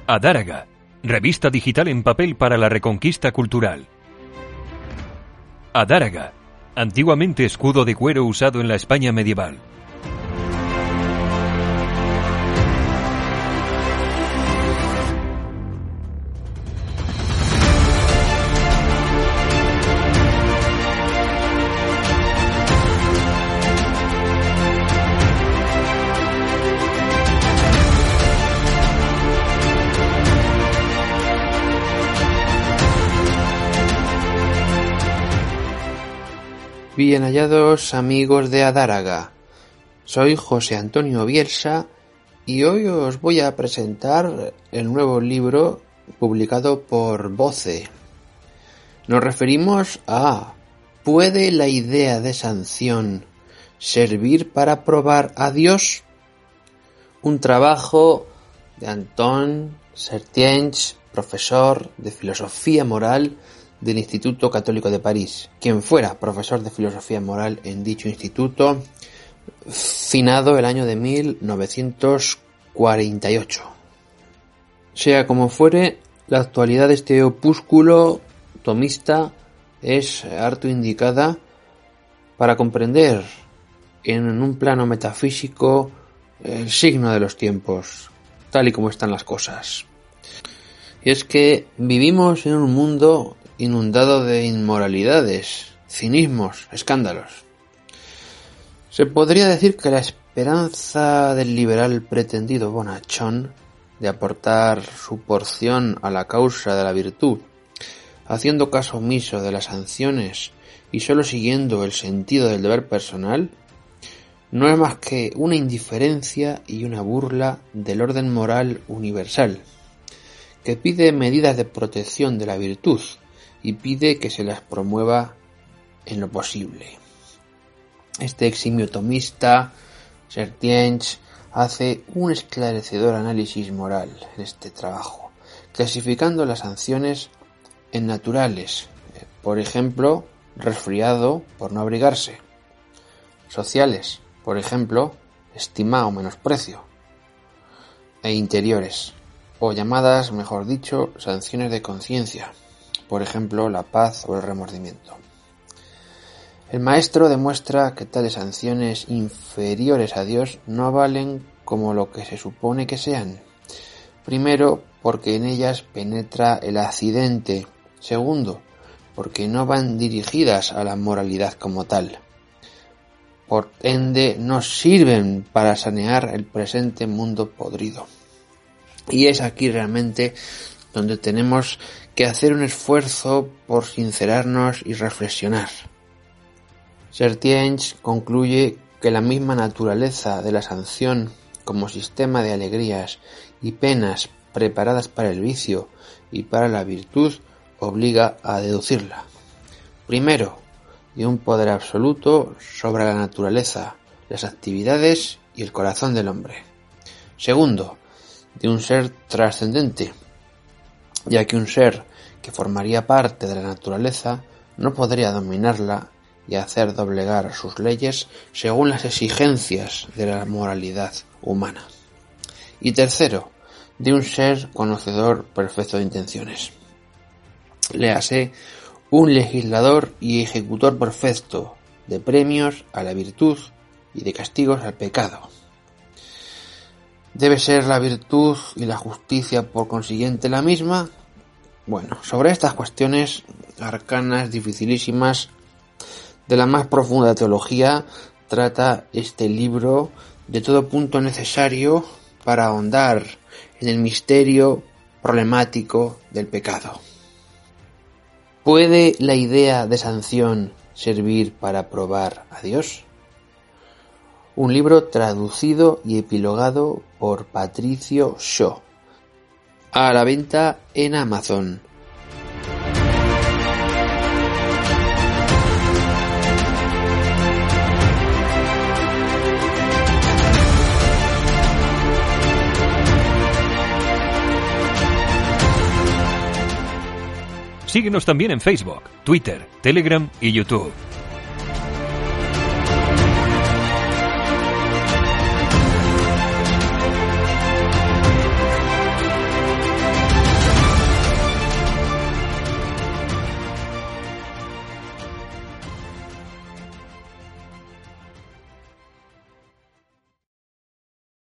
Adáraga, revista digital en papel para la reconquista cultural. Adáraga, antiguamente escudo de cuero usado en la España medieval. Bien hallados, amigos de Adáraga. Soy José Antonio Bielsa y hoy os voy a presentar el nuevo libro publicado por Voce. Nos referimos a ¿puede la idea de sanción servir para probar a Dios? Un trabajo de Anton Sertiens, profesor de filosofía moral del Instituto Católico de París, quien fuera profesor de filosofía moral en dicho instituto, finado el año de 1948. Sea como fuere, la actualidad de este opúsculo tomista es harto indicada para comprender en un plano metafísico el signo de los tiempos, tal y como están las cosas. Y es que vivimos en un mundo inundado de inmoralidades, cinismos, escándalos. Se podría decir que la esperanza del liberal pretendido bonachón de aportar su porción a la causa de la virtud, haciendo caso omiso de las sanciones y solo siguiendo el sentido del deber personal, no es más que una indiferencia y una burla del orden moral universal, que pide medidas de protección de la virtud y pide que se las promueva en lo posible. Este eximio tomista, Sertiens, hace un esclarecedor análisis moral en este trabajo, clasificando las sanciones en naturales, por ejemplo, resfriado por no abrigarse; sociales, por ejemplo, estima o menosprecio; e interiores, o llamadas, mejor dicho, sanciones de conciencia, por ejemplo, la paz o el remordimiento. El maestro demuestra que tales sanciones inferiores a Dios no valen como lo que se supone que sean. Primero, porque en ellas penetra el accidente. Segundo, porque no van dirigidas a la moralidad como tal. Por ende, no sirven para sanear el presente mundo podrido. Y es aquí realmente donde tenemos que hacer un esfuerzo por sincerarnos y reflexionar. Sertiens concluye que la misma naturaleza de la sanción como sistema de alegrías y penas preparadas para el vicio y para la virtud obliga a deducirla. Primero, de un poder absoluto sobre la naturaleza, las actividades y el corazón del hombre. Segundo, de un ser trascendente, ya que un ser que formaría parte de la naturaleza no podría dominarla y hacer doblegar sus leyes según las exigencias de la moralidad humana. Y tercero, de un ser conocedor perfecto de intenciones. Léase, un legislador y ejecutor perfecto de premios a la virtud y de castigos al pecado. ¿Debe ser la virtud y la justicia por consiguiente la misma? Bueno, sobre estas cuestiones arcanas, dificilísimas, de la más profunda teología, trata este libro de todo punto necesario para ahondar en el misterio problemático del pecado. ¿Puede la idea de sanción servir para probar a Dios? Un libro traducido y epilogado por Patricio Shaw. A la venta en Amazon. Síguenos también en Facebook, Twitter, Telegram y YouTube.